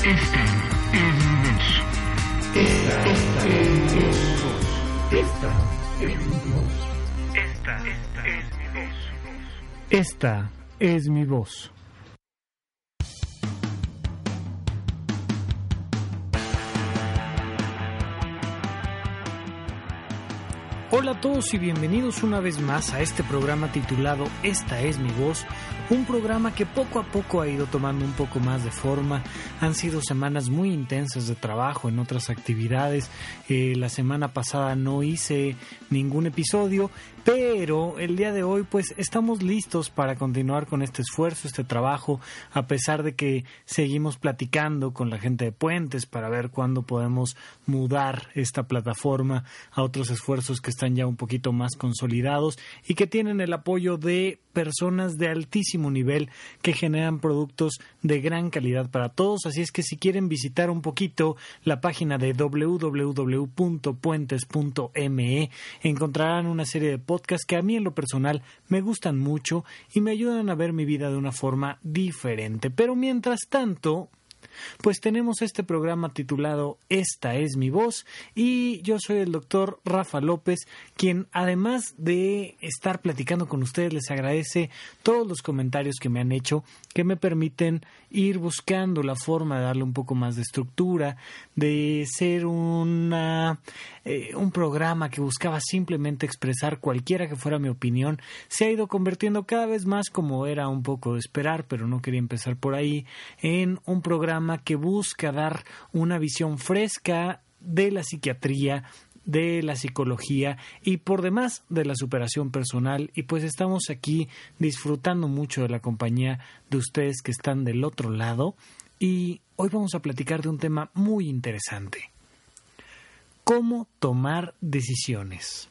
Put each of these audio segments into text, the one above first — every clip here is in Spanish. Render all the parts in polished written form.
Esta es mi voz. Hola a todos y bienvenidos una vez más a este programa titulado Esta es mi voz, un programa que poco a poco ha ido tomando un poco más de forma. Han sido semanas muy intensas de trabajo en otras actividades. La semana pasada no hice ningún episodio, pero el día de hoy pues estamos listos para continuar con este esfuerzo, este trabajo, a pesar de que seguimos platicando con la gente de Puentes para ver cuándo podemos mudar esta plataforma a otros esfuerzos que están ya un poquito más consolidados y que tienen el apoyo de personas de altísimo nivel que generan productos de gran calidad para todos. Así es que si quieren visitar un poquito la página de www.puentes.me, encontrarán una serie de podcasts que a mí en lo personal me gustan mucho y me ayudan a ver mi vida de una forma diferente. Pero mientras tanto, pues tenemos este programa titulado Esta es mi voz y yo soy el doctor Rafa López, quien además de estar platicando con ustedes les agradece todos los comentarios que me han hecho, que me permiten ir buscando la forma de darle un poco más de estructura, de ser un programa que buscaba simplemente expresar cualquiera que fuera mi opinión. Se ha ido convirtiendo cada vez más, como era un poco de esperar, pero no quería empezar por ahí, en un programa que busca dar una visión fresca de la psiquiatría, de la psicología y por demás de la superación personal. Y pues estamos aquí disfrutando mucho de la compañía de ustedes que están del otro lado y hoy vamos a platicar de un tema muy interesante: cómo tomar decisiones.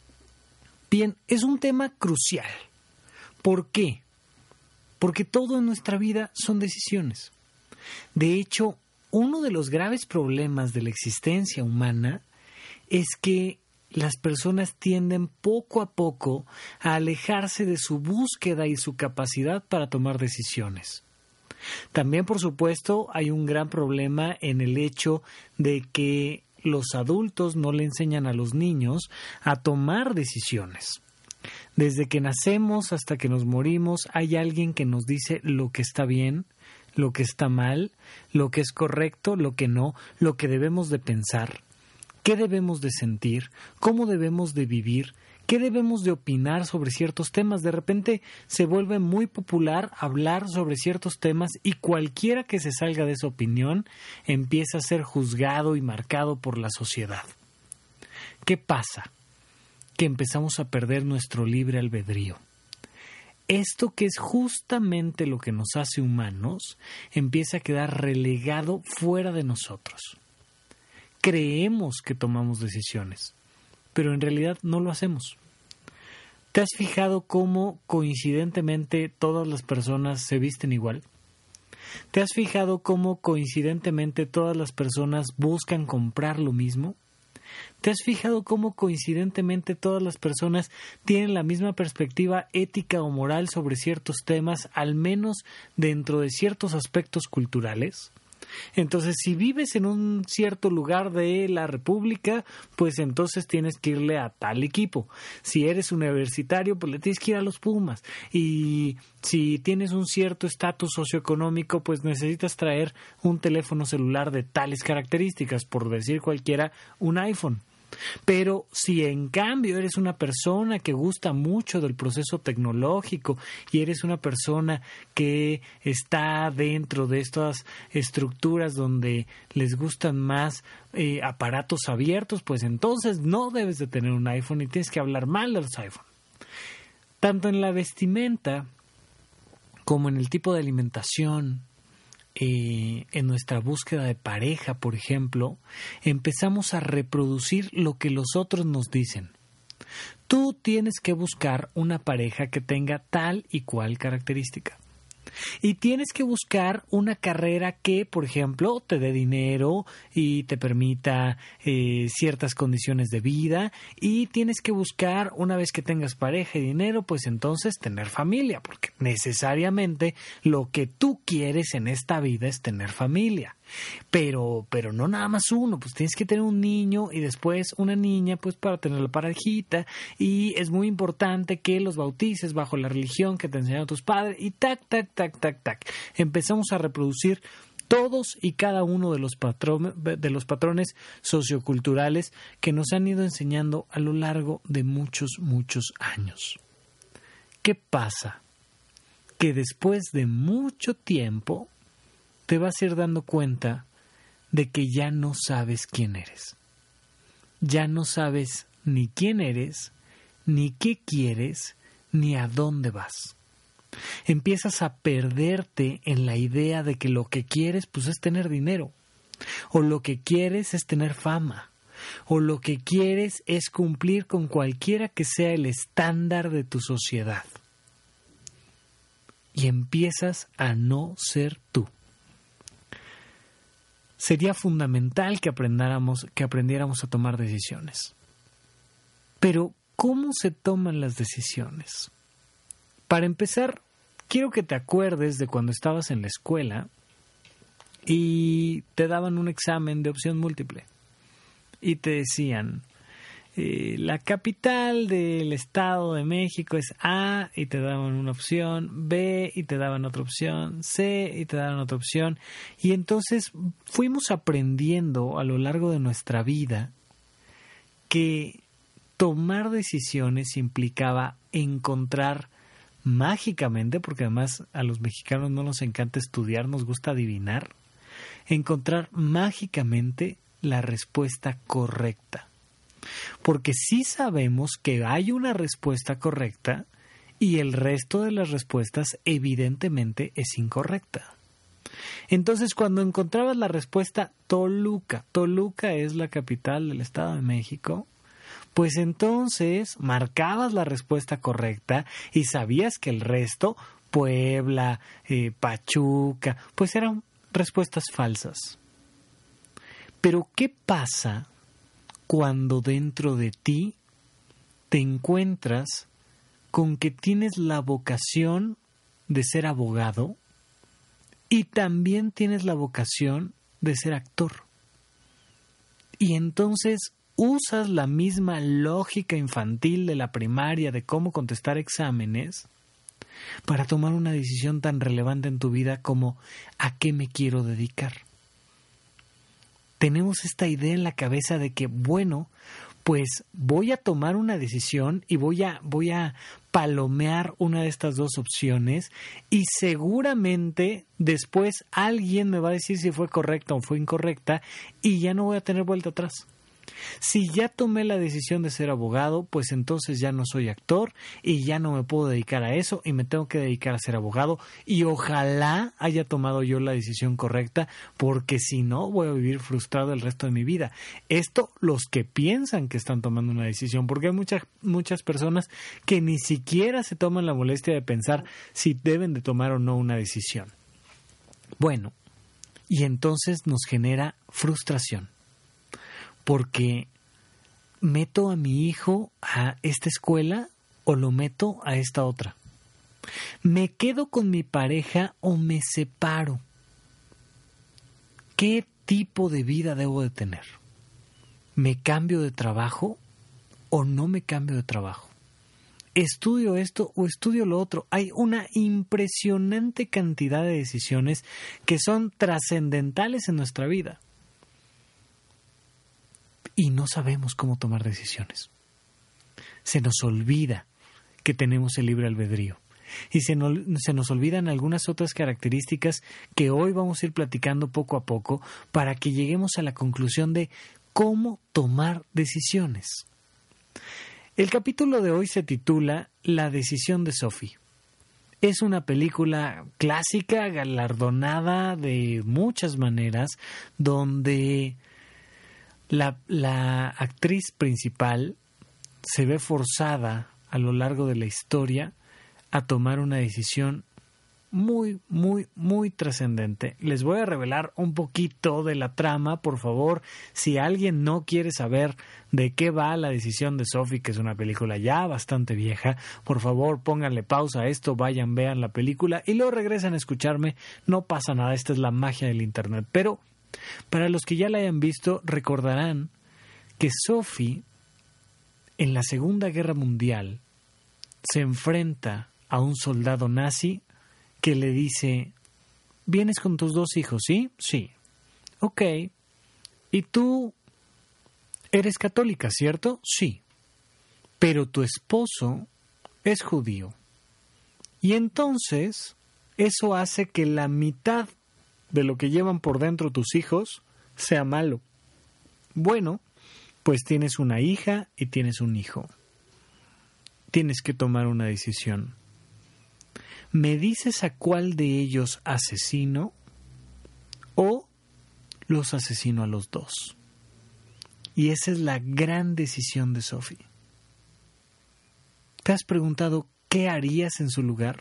Bien, es un tema crucial. ¿Por qué? Porque todo en nuestra vida son decisiones. De hecho, uno de los graves problemas de la existencia humana es que las personas tienden poco a poco a alejarse de su búsqueda y su capacidad para tomar decisiones. También, por supuesto, hay un gran problema en el hecho de que los adultos no le enseñan a los niños a tomar decisiones. Desde que nacemos hasta que nos morimos, hay alguien que nos dice lo que está bien, lo que está mal, lo que es correcto, lo que no, lo que debemos de pensar, qué debemos de sentir, cómo debemos de vivir, qué debemos de opinar sobre ciertos temas. De repente se vuelve muy popular hablar sobre ciertos temas y cualquiera que se salga de esa opinión empieza a ser juzgado y marcado por la sociedad. ¿Qué pasa? Que empezamos a perder nuestro libre albedrío. Esto, que es justamente lo que nos hace humanos, empieza a quedar relegado fuera de nosotros. Creemos que tomamos decisiones, pero en realidad no lo hacemos. ¿Te has fijado cómo coincidentemente todas las personas se visten igual? ¿Te has fijado cómo coincidentemente todas las personas buscan comprar lo mismo? ¿Te has fijado cómo coincidentemente todas las personas tienen la misma perspectiva ética o moral sobre ciertos temas, al menos dentro de ciertos aspectos culturales? Entonces, si vives en un cierto lugar de la República, pues entonces tienes que irle a tal equipo. Si eres universitario, pues le tienes que ir a los Pumas. Y si tienes un cierto estatus socioeconómico, pues necesitas traer un teléfono celular de tales características, por decir cualquiera, un iPhone. Pero si en cambio eres una persona que gusta mucho del proceso tecnológico y eres una persona que está dentro de estas estructuras donde les gustan más aparatos abiertos, pues entonces no debes de tener un iPhone y tienes que hablar mal de los iPhone. Tanto en la vestimenta como en el tipo de alimentación, en nuestra búsqueda de pareja, por ejemplo, empezamos a reproducir lo que los otros nos dicen. Tú tienes que buscar una pareja que tenga tal y cual característica. Y tienes que buscar una carrera que, por ejemplo, te dé dinero y te permita ciertas condiciones de vida. Y tienes que buscar, una vez que tengas pareja y dinero, pues entonces tener familia, porque necesariamente lo que tú quieres en esta vida es tener familia. pero no nada más uno, pues tienes que tener un niño y después una niña, pues para tener la parejita, y es muy importante que los bautices bajo la religión que te enseñaron tus padres, y tac. Empezamos a reproducir todos y cada uno de los patrones socioculturales que nos han ido enseñando a lo largo de muchos años. ¿Qué pasa? Que después de mucho tiempo te vas a ir dando cuenta de que ya no sabes quién eres. Ya no sabes ni quién eres, ni qué quieres, ni a dónde vas. Empiezas a perderte en la idea de que lo que quieres pues es tener dinero, o lo que quieres es tener fama, o lo que quieres es cumplir con cualquiera que sea el estándar de tu sociedad. Y empiezas a no ser tú. Sería fundamental que aprendiéramos a tomar decisiones. Pero, ¿cómo se toman las decisiones? Para empezar, quiero que te acuerdes de cuando estabas en la escuela y te daban un examen de opción múltiple. Y te decían, la capital del Estado de México es A, y te daban una opción, B, y te daban otra opción, C, y te daban otra opción. Y entonces fuimos aprendiendo a lo largo de nuestra vida que tomar decisiones implicaba encontrar mágicamente, porque además a los mexicanos no nos encanta estudiar, nos gusta adivinar, encontrar mágicamente la respuesta correcta. Porque sí sabemos que hay una respuesta correcta y el resto de las respuestas evidentemente es incorrecta. Entonces, cuando encontrabas la respuesta Toluca es la capital del Estado de México, pues entonces marcabas la respuesta correcta y sabías que el resto, Puebla, Pachuca, pues eran respuestas falsas. Pero ¿qué pasa cuando dentro de ti te encuentras con que tienes la vocación de ser abogado y también tienes la vocación de ser actor? Y entonces usas la misma lógica infantil de la primaria de cómo contestar exámenes para tomar una decisión tan relevante en tu vida como ¿a qué me quiero dedicar? Tenemos esta idea en la cabeza de que, bueno, pues voy a tomar una decisión y voy a palomear una de estas dos opciones y seguramente después alguien me va a decir si fue correcta o fue incorrecta y ya no voy a tener vuelta atrás. Si ya tomé la decisión de ser abogado, pues entonces ya no soy actor y ya no me puedo dedicar a eso y me tengo que dedicar a ser abogado y ojalá haya tomado yo la decisión correcta porque si no voy a vivir frustrado el resto de mi vida. Esto los que piensan que están tomando una decisión, porque hay muchas personas que ni siquiera se toman la molestia de pensar si deben de tomar o no una decisión. Bueno, y entonces nos genera frustración. Porque ¿meto a mi hijo a esta escuela o lo meto a esta otra? ¿Me quedo con mi pareja o me separo? ¿Qué tipo de vida debo de tener? ¿Me cambio de trabajo o no me cambio de trabajo? ¿Estudio esto o estudio lo otro? Hay una impresionante cantidad de decisiones que son trascendentales en nuestra vida. Y no sabemos cómo tomar decisiones. Se nos olvida que tenemos el libre albedrío. Y se nos olvidan algunas otras características que hoy vamos a ir platicando poco a poco para que lleguemos a la conclusión de cómo tomar decisiones. El capítulo de hoy se titula La decisión de Sophie. Es una película clásica, galardonada de muchas maneras, donde la actriz principal se ve forzada a lo largo de la historia a tomar una decisión muy, muy, muy trascendente. Les voy a revelar un poquito de la trama, por favor. Si alguien no quiere saber de qué va La decisión de Sophie, que es una película ya bastante vieja, por favor pónganle pausa a esto, vayan, vean la película y luego regresan a escucharme. No pasa nada, esta es la magia del internet. Pero Para los que ya la hayan visto, recordarán que Sophie, en la Segunda Guerra Mundial, se enfrenta a un soldado nazi que le dice: ¿vienes con tus 2 hijos, sí? Sí. Ok. ¿Y tú eres católica, cierto? Sí. Pero tu esposo es judío. Y entonces, eso hace que la mitad de lo que llevan por dentro tus hijos sea malo. Bueno, pues tienes una hija y tienes un hijo. Tienes que tomar una decisión. ¿Me dices a cuál de ellos asesino o los asesino a los 2? Y esa es la gran decisión de Sophie. ¿Te has preguntado qué harías en su lugar?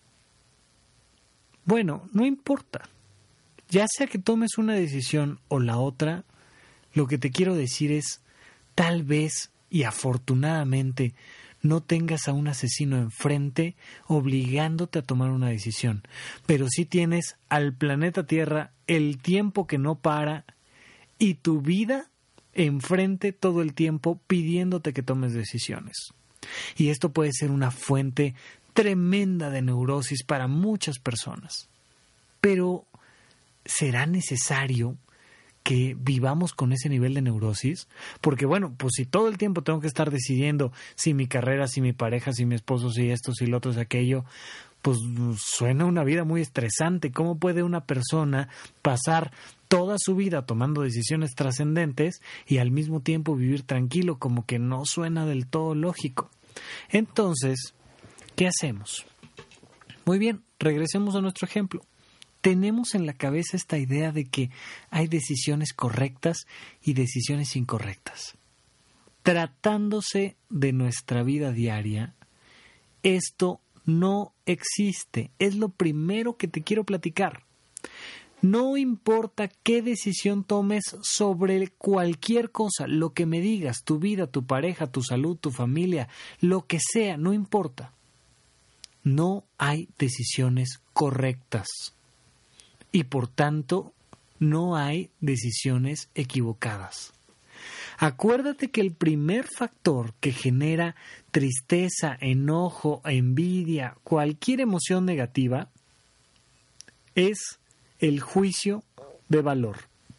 Bueno, no importa. Ya sea que tomes una decisión o la otra, lo que te quiero decir es, tal vez y afortunadamente, no tengas a un asesino enfrente obligándote a tomar una decisión, pero sí tienes al planeta Tierra el tiempo que no para y tu vida enfrente todo el tiempo pidiéndote que tomes decisiones. Y esto puede ser una fuente tremenda de neurosis para muchas personas. Pero, ¿será necesario que vivamos con ese nivel de neurosis? Porque bueno, pues si todo el tiempo tengo que estar decidiendo si mi carrera, si mi pareja, si mi esposo, si esto, si lo otro, si aquello, pues suena una vida muy estresante. ¿Cómo puede una persona pasar toda su vida tomando decisiones trascendentes y al mismo tiempo vivir tranquilo? Como que no suena del todo lógico. Entonces, ¿qué hacemos? Muy bien, regresemos a nuestro ejemplo. Tenemos en la cabeza esta idea de que hay decisiones correctas y decisiones incorrectas. Tratándose de nuestra vida diaria, esto no existe. Es lo primero que te quiero platicar. No importa qué decisión tomes sobre cualquier cosa, lo que me digas, tu vida, tu pareja, tu salud, tu familia, lo que sea, no importa. No hay decisiones correctas. Y por tanto, no hay decisiones equivocadas. Acuérdate que el primer factor que genera tristeza, enojo, envidia, cualquier emoción negativa, es el juicio de valor.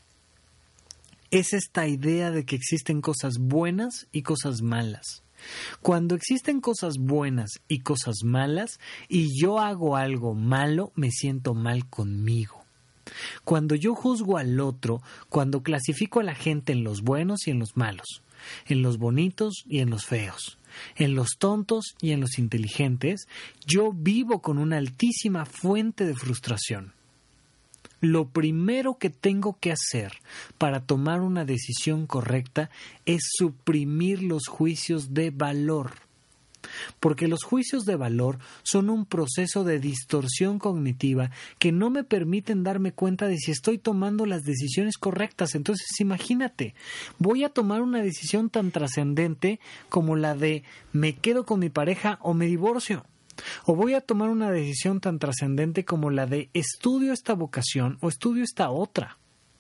Es esta idea de que existen cosas buenas y cosas malas. Cuando existen cosas buenas y cosas malas, y yo hago algo malo, me siento mal conmigo. Cuando yo juzgo al otro, cuando clasifico a la gente en los buenos y en los malos, en los bonitos y en los feos, en los tontos y en los inteligentes, yo vivo con una altísima fuente de frustración. Lo primero que tengo que hacer para tomar una decisión correcta es suprimir los juicios de valor. Porque los juicios de valor son un proceso de distorsión cognitiva que no me permiten darme cuenta de si estoy tomando las decisiones correctas. Entonces, imagínate, voy a tomar una decisión tan trascendente como la de ¿me quedo con mi pareja o me divorcio? O voy a tomar una decisión tan trascendente como la de ¿estudio esta vocación o estudio esta otra?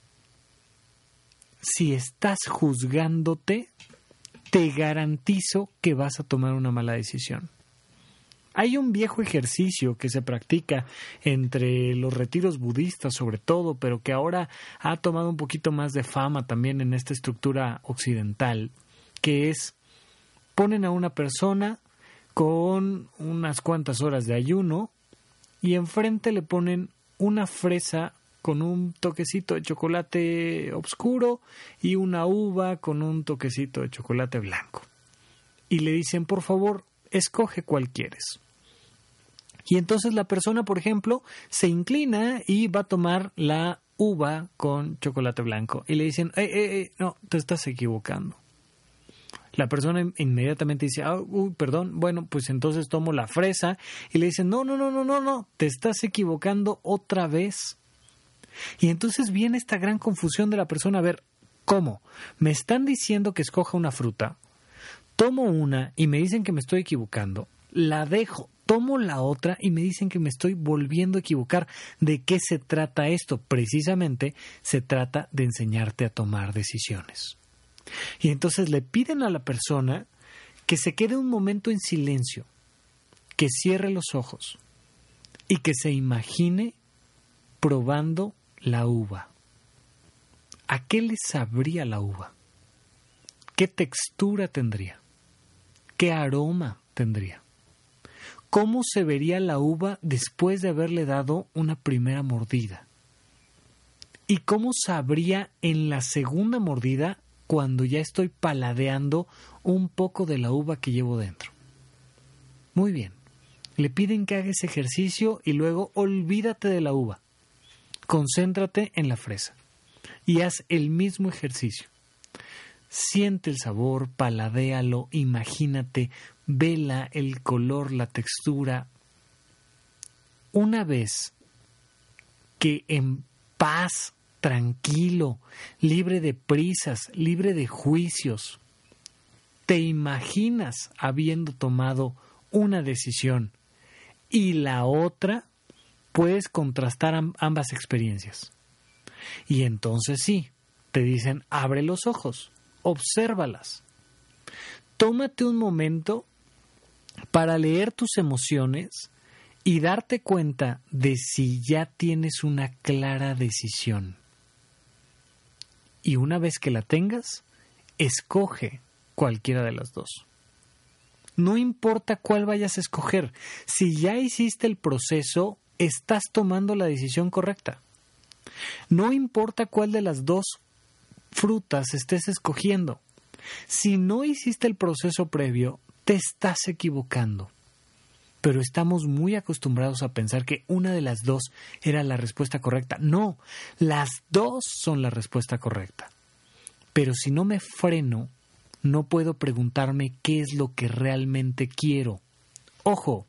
Si estás juzgándote, te garantizo que vas a tomar una mala decisión. Hay un viejo ejercicio que se practica entre los retiros budistas sobre todo, pero que ahora ha tomado un poquito más de fama también en esta estructura occidental, que es, ponen a una persona con unas cuantas horas de ayuno y enfrente le ponen una fresa con un toquecito de chocolate oscuro y una uva con un toquecito de chocolate blanco. Y le dicen, por favor, escoge cuál quieres. Y entonces la persona, por ejemplo, se inclina y va a tomar la uva con chocolate blanco. Y le dicen, no, te estás equivocando. La persona inmediatamente dice, perdón, bueno, pues entonces tomo la fresa. Y le dicen, no, te estás equivocando otra vez. Y entonces viene esta gran confusión de la persona. A ver, ¿cómo? Me están diciendo que escoja una fruta, tomo una y me dicen que me estoy equivocando, la dejo, tomo la otra y me dicen que me estoy volviendo a equivocar. ¿De qué se trata esto? Precisamente se trata de enseñarte a tomar decisiones. Y entonces le piden a la persona que se quede un momento en silencio, que cierre los ojos y que se imagine probando la uva. ¿A qué le sabría la uva? ¿Qué textura tendría? ¿Qué aroma tendría? ¿Cómo se vería la uva después de haberle dado una primera mordida? ¿Y cómo sabría en la segunda mordida cuando ya estoy paladeando un poco de la uva que llevo dentro? Muy bien. Le piden que haga ese ejercicio y luego olvídate de la uva. Concéntrate en la fresa y haz el mismo ejercicio. Siente el sabor, paladéalo, imagínate, vela, el color, la textura. Una vez que en paz, tranquilo, libre de prisas, libre de juicios, te imaginas habiendo tomado una decisión y la otra, puedes contrastar ambas experiencias. Y entonces sí, te dicen, abre los ojos, obsérvalas. Tómate un momento para leer tus emociones y darte cuenta de si ya tienes una clara decisión. Y una vez que la tengas, escoge cualquiera de las dos. No importa cuál vayas a escoger, si ya hiciste el proceso, estás tomando la decisión correcta. No importa cuál de las dos frutas estés escogiendo. Si no hiciste el proceso previo, te estás equivocando. Pero estamos muy acostumbrados a pensar que una de las dos era la respuesta correcta. No, las dos son la respuesta correcta. Pero si no me freno, no puedo preguntarme qué es lo que realmente quiero. Ojo,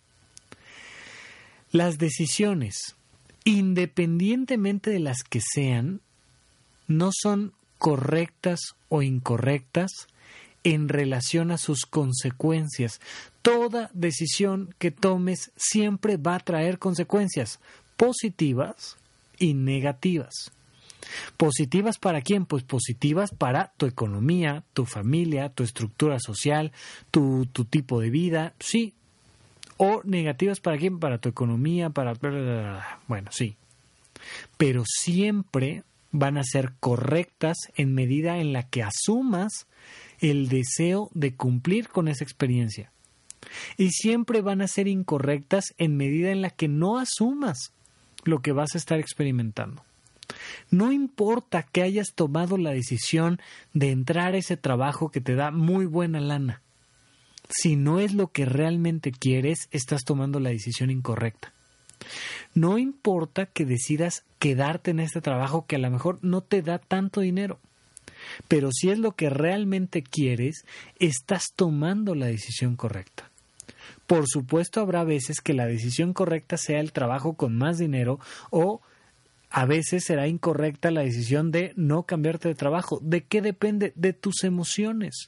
las decisiones, independientemente de las que sean, no son correctas o incorrectas en relación a sus consecuencias. Toda decisión que tomes siempre va a traer consecuencias positivas y negativas. ¿Positivas para quién? Pues positivas para tu economía, tu familia, tu estructura social, tu tipo de vida, sí. O negativas para quién? Para tu economía, para... Bueno, sí. Pero siempre van a ser correctas en medida en la que asumas el deseo de cumplir con esa experiencia. Y siempre van a ser incorrectas en medida en la que no asumas lo que vas a estar experimentando. No importa que hayas tomado la decisión de entrar a ese trabajo que te da muy buena lana. Si no es lo que realmente quieres, estás tomando la decisión incorrecta. No importa que decidas quedarte en este trabajo que a lo mejor no te da tanto dinero. Pero si es lo que realmente quieres, estás tomando la decisión correcta. Por supuesto, habrá veces que la decisión correcta sea el trabajo con más dinero o a veces será incorrecta la decisión de no cambiarte de trabajo. ¿De qué depende? De tus emociones.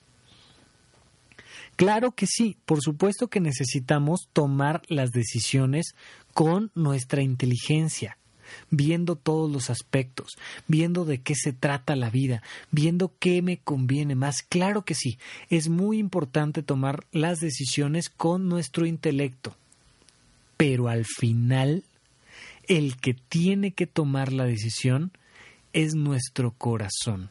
Claro que sí, por supuesto que necesitamos tomar las decisiones con nuestra inteligencia, viendo todos los aspectos, viendo de qué se trata la vida, viendo qué me conviene más. Claro que sí, es muy importante tomar las decisiones con nuestro intelecto, pero al final el que tiene que tomar la decisión es nuestro corazón,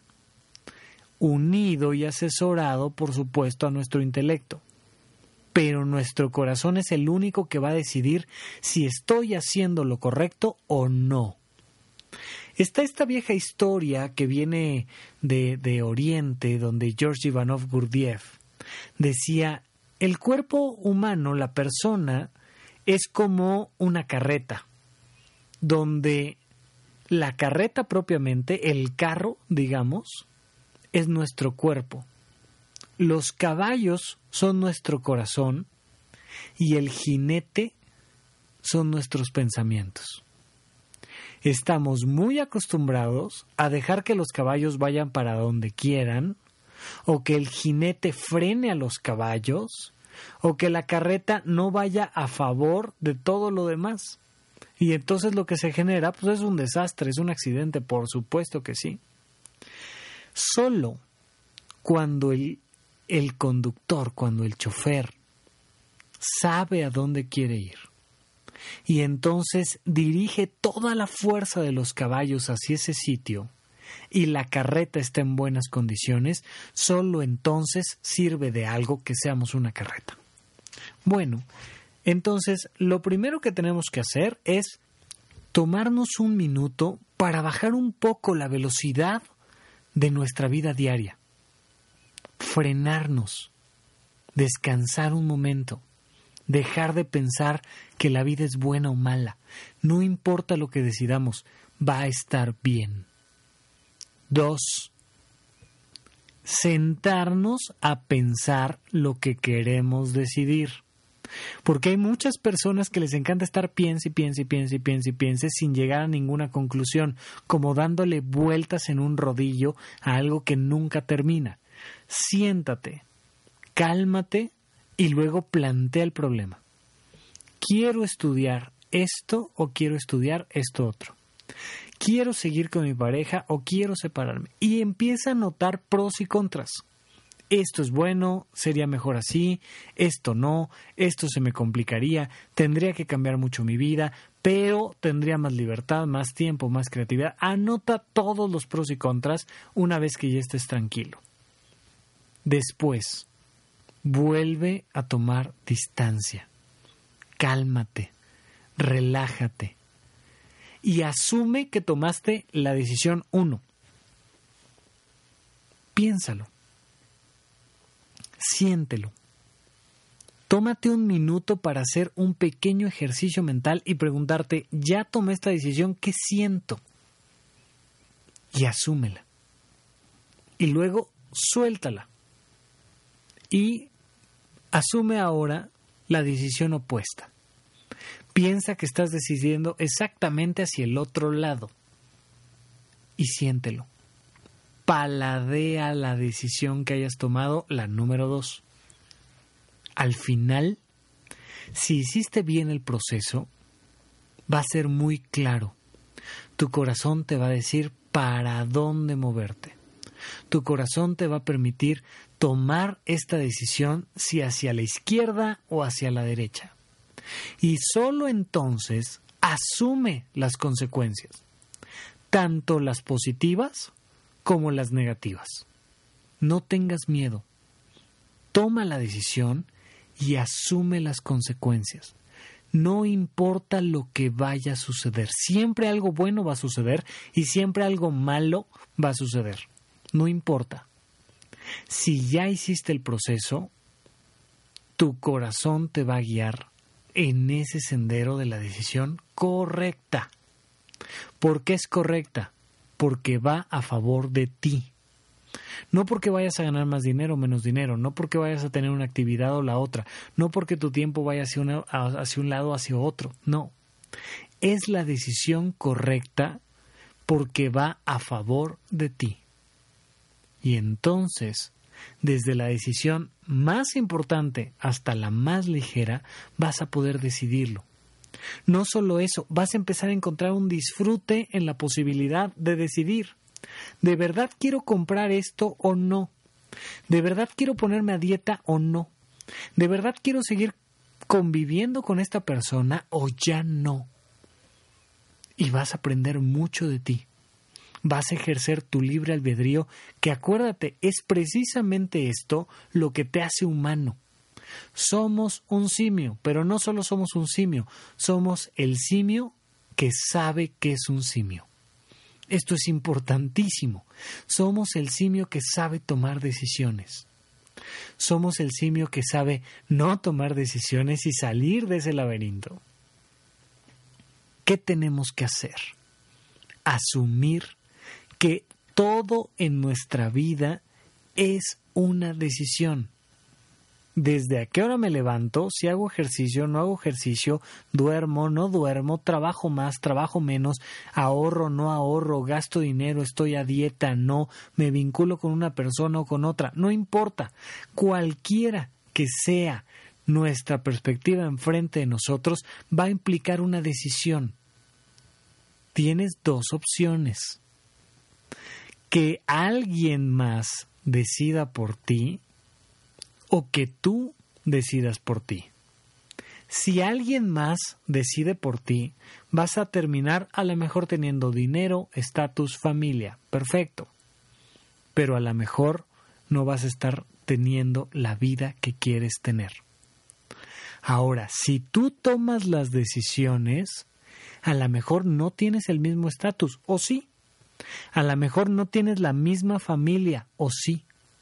unido y asesorado, por supuesto, a nuestro intelecto. Pero nuestro corazón es el único que va a decidir si estoy haciendo lo correcto o no. Está esta vieja historia que viene de Oriente, donde Georgi Ivanov Gurdjieff decía, el cuerpo humano, la persona, es como una carreta, donde la carreta propiamente, el carro, digamos, es nuestro cuerpo. Los caballos son nuestro corazón y el jinete son nuestros pensamientos. Estamos muy acostumbrados a dejar que los caballos vayan para donde quieran o que el jinete frene a los caballos o que la carreta no vaya a favor de todo lo demás. Y entonces lo que se genera pues es un desastre, es un accidente, por supuesto que sí. Solo cuando el conductor, cuando el chofer sabe a dónde quiere ir y entonces dirige toda la fuerza de los caballos hacia ese sitio y la carreta está en buenas condiciones, solo entonces sirve de algo que seamos una carreta. Bueno, entonces lo primero que tenemos que hacer es tomarnos un minuto para bajar un poco la velocidad de nuestra vida diaria. Frenarnos, descansar un momento, dejar de pensar que la vida es buena o mala. No importa lo que decidamos, va a estar bien. 2. Sentarnos a pensar lo que queremos decidir. Porque hay muchas personas que les encanta estar piense sin llegar a ninguna conclusión, como dándole vueltas en un rodillo a algo que nunca termina. Siéntate, cálmate y luego plantea el problema. ¿Quiero estudiar esto o quiero estudiar esto otro? ¿Quiero seguir con mi pareja o quiero separarme? Y empieza a notar pros y contras. Esto es bueno, sería mejor así, esto no, esto se me complicaría, tendría que cambiar mucho mi vida, pero tendría más libertad, más tiempo, más creatividad. Anota todos los pros y contras una vez que ya estés tranquilo. Después, vuelve a tomar distancia. Cálmate, relájate y asume que tomaste la decisión 1. Piénsalo. Siéntelo. Tómate un minuto para hacer un pequeño ejercicio mental y preguntarte, ya tomé esta decisión, ¿qué siento? Y asúmela. Y luego suéltala. Y asume ahora la decisión opuesta. Piensa que estás decidiendo exactamente hacia el otro lado. Y siéntelo. Paladea la decisión que hayas tomado, la número 2. Al final, si hiciste bien el proceso, va a ser muy claro. Tu corazón te va a decir para dónde moverte. Tu corazón te va a permitir tomar esta decisión si hacia la izquierda o hacia la derecha. Y solo entonces asume las consecuencias, tanto las positivas como las negativas. No tengas miedo. Toma la decisión y asume las consecuencias. No importa lo que vaya a suceder. Siempre algo bueno va a suceder y siempre algo malo va a suceder. No importa. Si ya hiciste el proceso, tu corazón te va a guiar en ese sendero de la decisión correcta. ¿Por qué es correcta? Porque va a favor de ti. No porque vayas a ganar más dinero o menos dinero, no porque vayas a tener una actividad o la otra, no porque tu tiempo vaya hacia un lado o hacia otro, no. Es la decisión correcta porque va a favor de ti. Y entonces, desde la decisión más importante hasta la más ligera, vas a poder decidirlo. No solo eso, vas a empezar a encontrar un disfrute en la posibilidad de decidir. ¿De verdad quiero comprar esto o no? ¿De verdad quiero ponerme a dieta o no? ¿De verdad quiero seguir conviviendo con esta persona o ya no? Y vas a aprender mucho de ti. Vas a ejercer tu libre albedrío, que acuérdate, es precisamente esto lo que te hace humano. Somos un simio, pero no solo somos un simio, somos el simio que sabe que es un simio. Esto es importantísimo. Somos el simio que sabe tomar decisiones. Somos el simio que sabe no tomar decisiones y salir de ese laberinto. ¿Qué tenemos que hacer? Asumir que todo en nuestra vida es una decisión. Desde a qué hora me levanto, si hago ejercicio, no hago ejercicio, duermo, no duermo, trabajo más, trabajo menos, ahorro, no ahorro, gasto dinero, estoy a dieta, no, me vinculo con una persona o con otra, no importa, cualquiera que sea nuestra perspectiva enfrente de nosotros va a implicar una decisión. Tienes dos opciones. Que alguien más decida por ti o que tú decidas por ti. Si alguien más decide por ti, vas a terminar a lo mejor teniendo dinero, estatus, familia. Perfecto. Pero a lo mejor no vas a estar teniendo la vida que quieres tener. Ahora, si tú tomas las decisiones, a lo mejor no tienes el mismo estatus, o sí. A lo mejor no tienes la misma familia, o sí.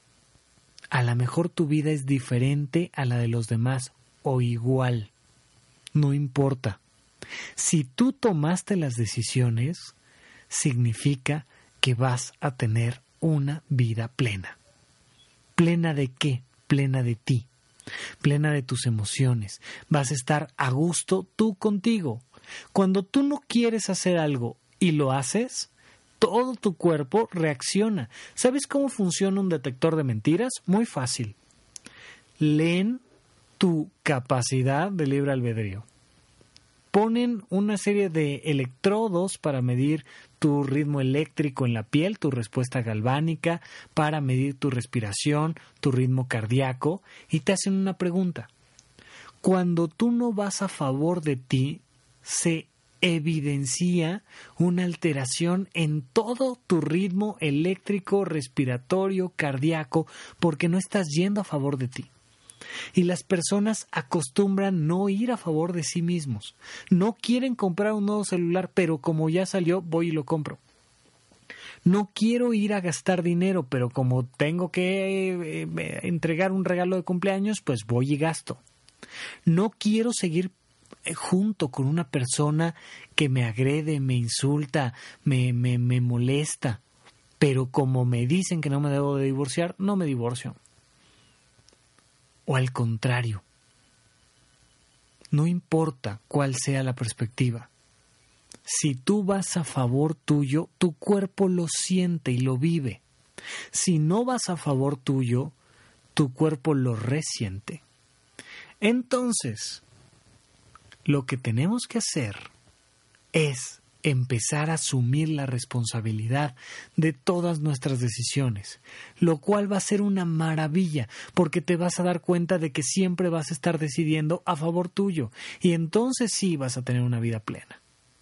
A lo mejor tu vida es diferente a la de los demás, o igual. No importa. Si tú tomaste las decisiones, significa que vas a tener una vida plena. ¿Plena de qué? Plena de ti. Plena de tus emociones. Vas a estar a gusto tú contigo. Cuando tú no quieres hacer algo y lo haces, todo tu cuerpo reacciona. ¿Sabes cómo funciona un detector de mentiras? Muy fácil. Leen tu capacidad de libre albedrío. Ponen una serie de electrodos para medir tu ritmo eléctrico en la piel, tu respuesta galvánica, para medir tu respiración, tu ritmo cardíaco, y te hacen una pregunta. Cuando tú no vas a favor de ti, se evidencia una alteración en todo tu ritmo eléctrico, respiratorio, cardíaco, porque no estás yendo a favor de ti. Y las personas acostumbran no ir a favor de sí mismos. No quieren comprar un nuevo celular, pero como ya salió, voy y lo compro. No quiero ir a gastar dinero, pero como tengo que entregar un regalo de cumpleaños, pues voy y gasto. No quiero seguir junto con una persona que me agrede, me insulta, me molesta, pero como me dicen que no me debo de divorciar, no me divorcio. O al contrario, no importa cuál sea la perspectiva. Si tú vas a favor tuyo, tu cuerpo lo siente y lo vive. Si no vas a favor tuyo, tu cuerpo lo resiente. Entonces, lo que tenemos que hacer es empezar a asumir la responsabilidad de todas nuestras decisiones, lo cual va a ser una maravilla, porque te vas a dar cuenta de que siempre vas a estar decidiendo a favor tuyo, y entonces sí vas a tener una vida plena.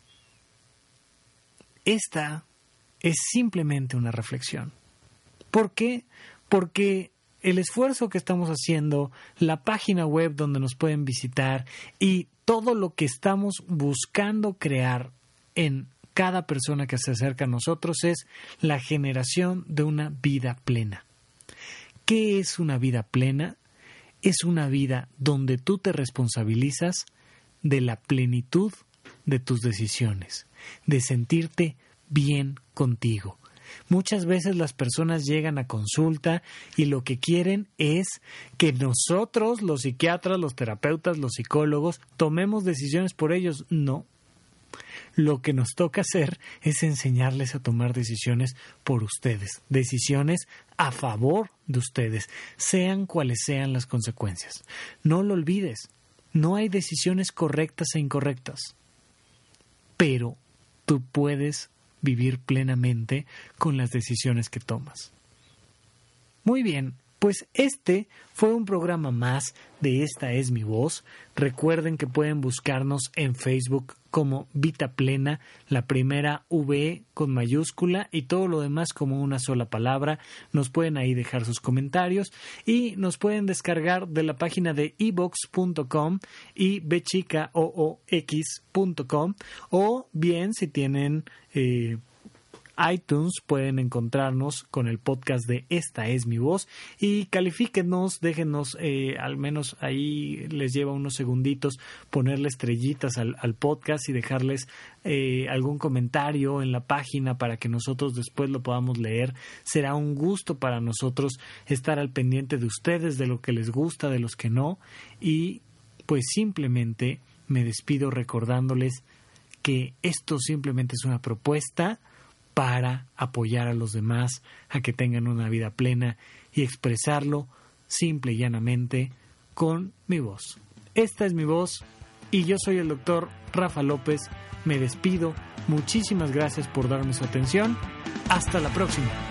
Esta es simplemente una reflexión. ¿Por qué? Porque el esfuerzo que estamos haciendo, la página web donde nos pueden visitar y todo lo que estamos buscando crear en cada persona que se acerca a nosotros es la generación de una vida plena. ¿Qué es una vida plena? Es una vida donde tú te responsabilizas de la plenitud de tus decisiones, de sentirte bien contigo. Muchas veces las personas llegan a consulta y lo que quieren es que nosotros, los psiquiatras, los terapeutas, los psicólogos, tomemos decisiones por ellos. No. Lo que nos toca hacer es enseñarles a tomar decisiones por ustedes, decisiones a favor de ustedes, sean cuales sean las consecuencias. No lo olvides, no hay decisiones correctas e incorrectas, pero tú puedes vivir plenamente con las decisiones que tomas. Muy bien, pues este fue un programa más de Esta es mi voz. Recuerden que pueden buscarnos en Facebook como Vita Plena, la primera V con mayúscula y todo lo demás como una sola palabra. Nos pueden ahí dejar sus comentarios y nos pueden descargar de la página de iVoox.com y bchicoox.com, o bien si tienen iTunes pueden encontrarnos con el podcast de Esta es mi voz y califíquenos, déjenos al menos ahí les lleva unos segunditos ponerle estrellitas al podcast y dejarles algún comentario en la página para que nosotros después lo podamos leer. Será un gusto para nosotros estar al pendiente de ustedes, de lo que les gusta, de los que no, y pues simplemente me despido recordándoles que esto simplemente es una propuesta para apoyar a los demás a que tengan una vida plena y expresarlo simple y llanamente con mi voz. Esta es mi voz y yo soy el doctor Rafa López. Me despido. Muchísimas gracias por darme su atención. Hasta la próxima.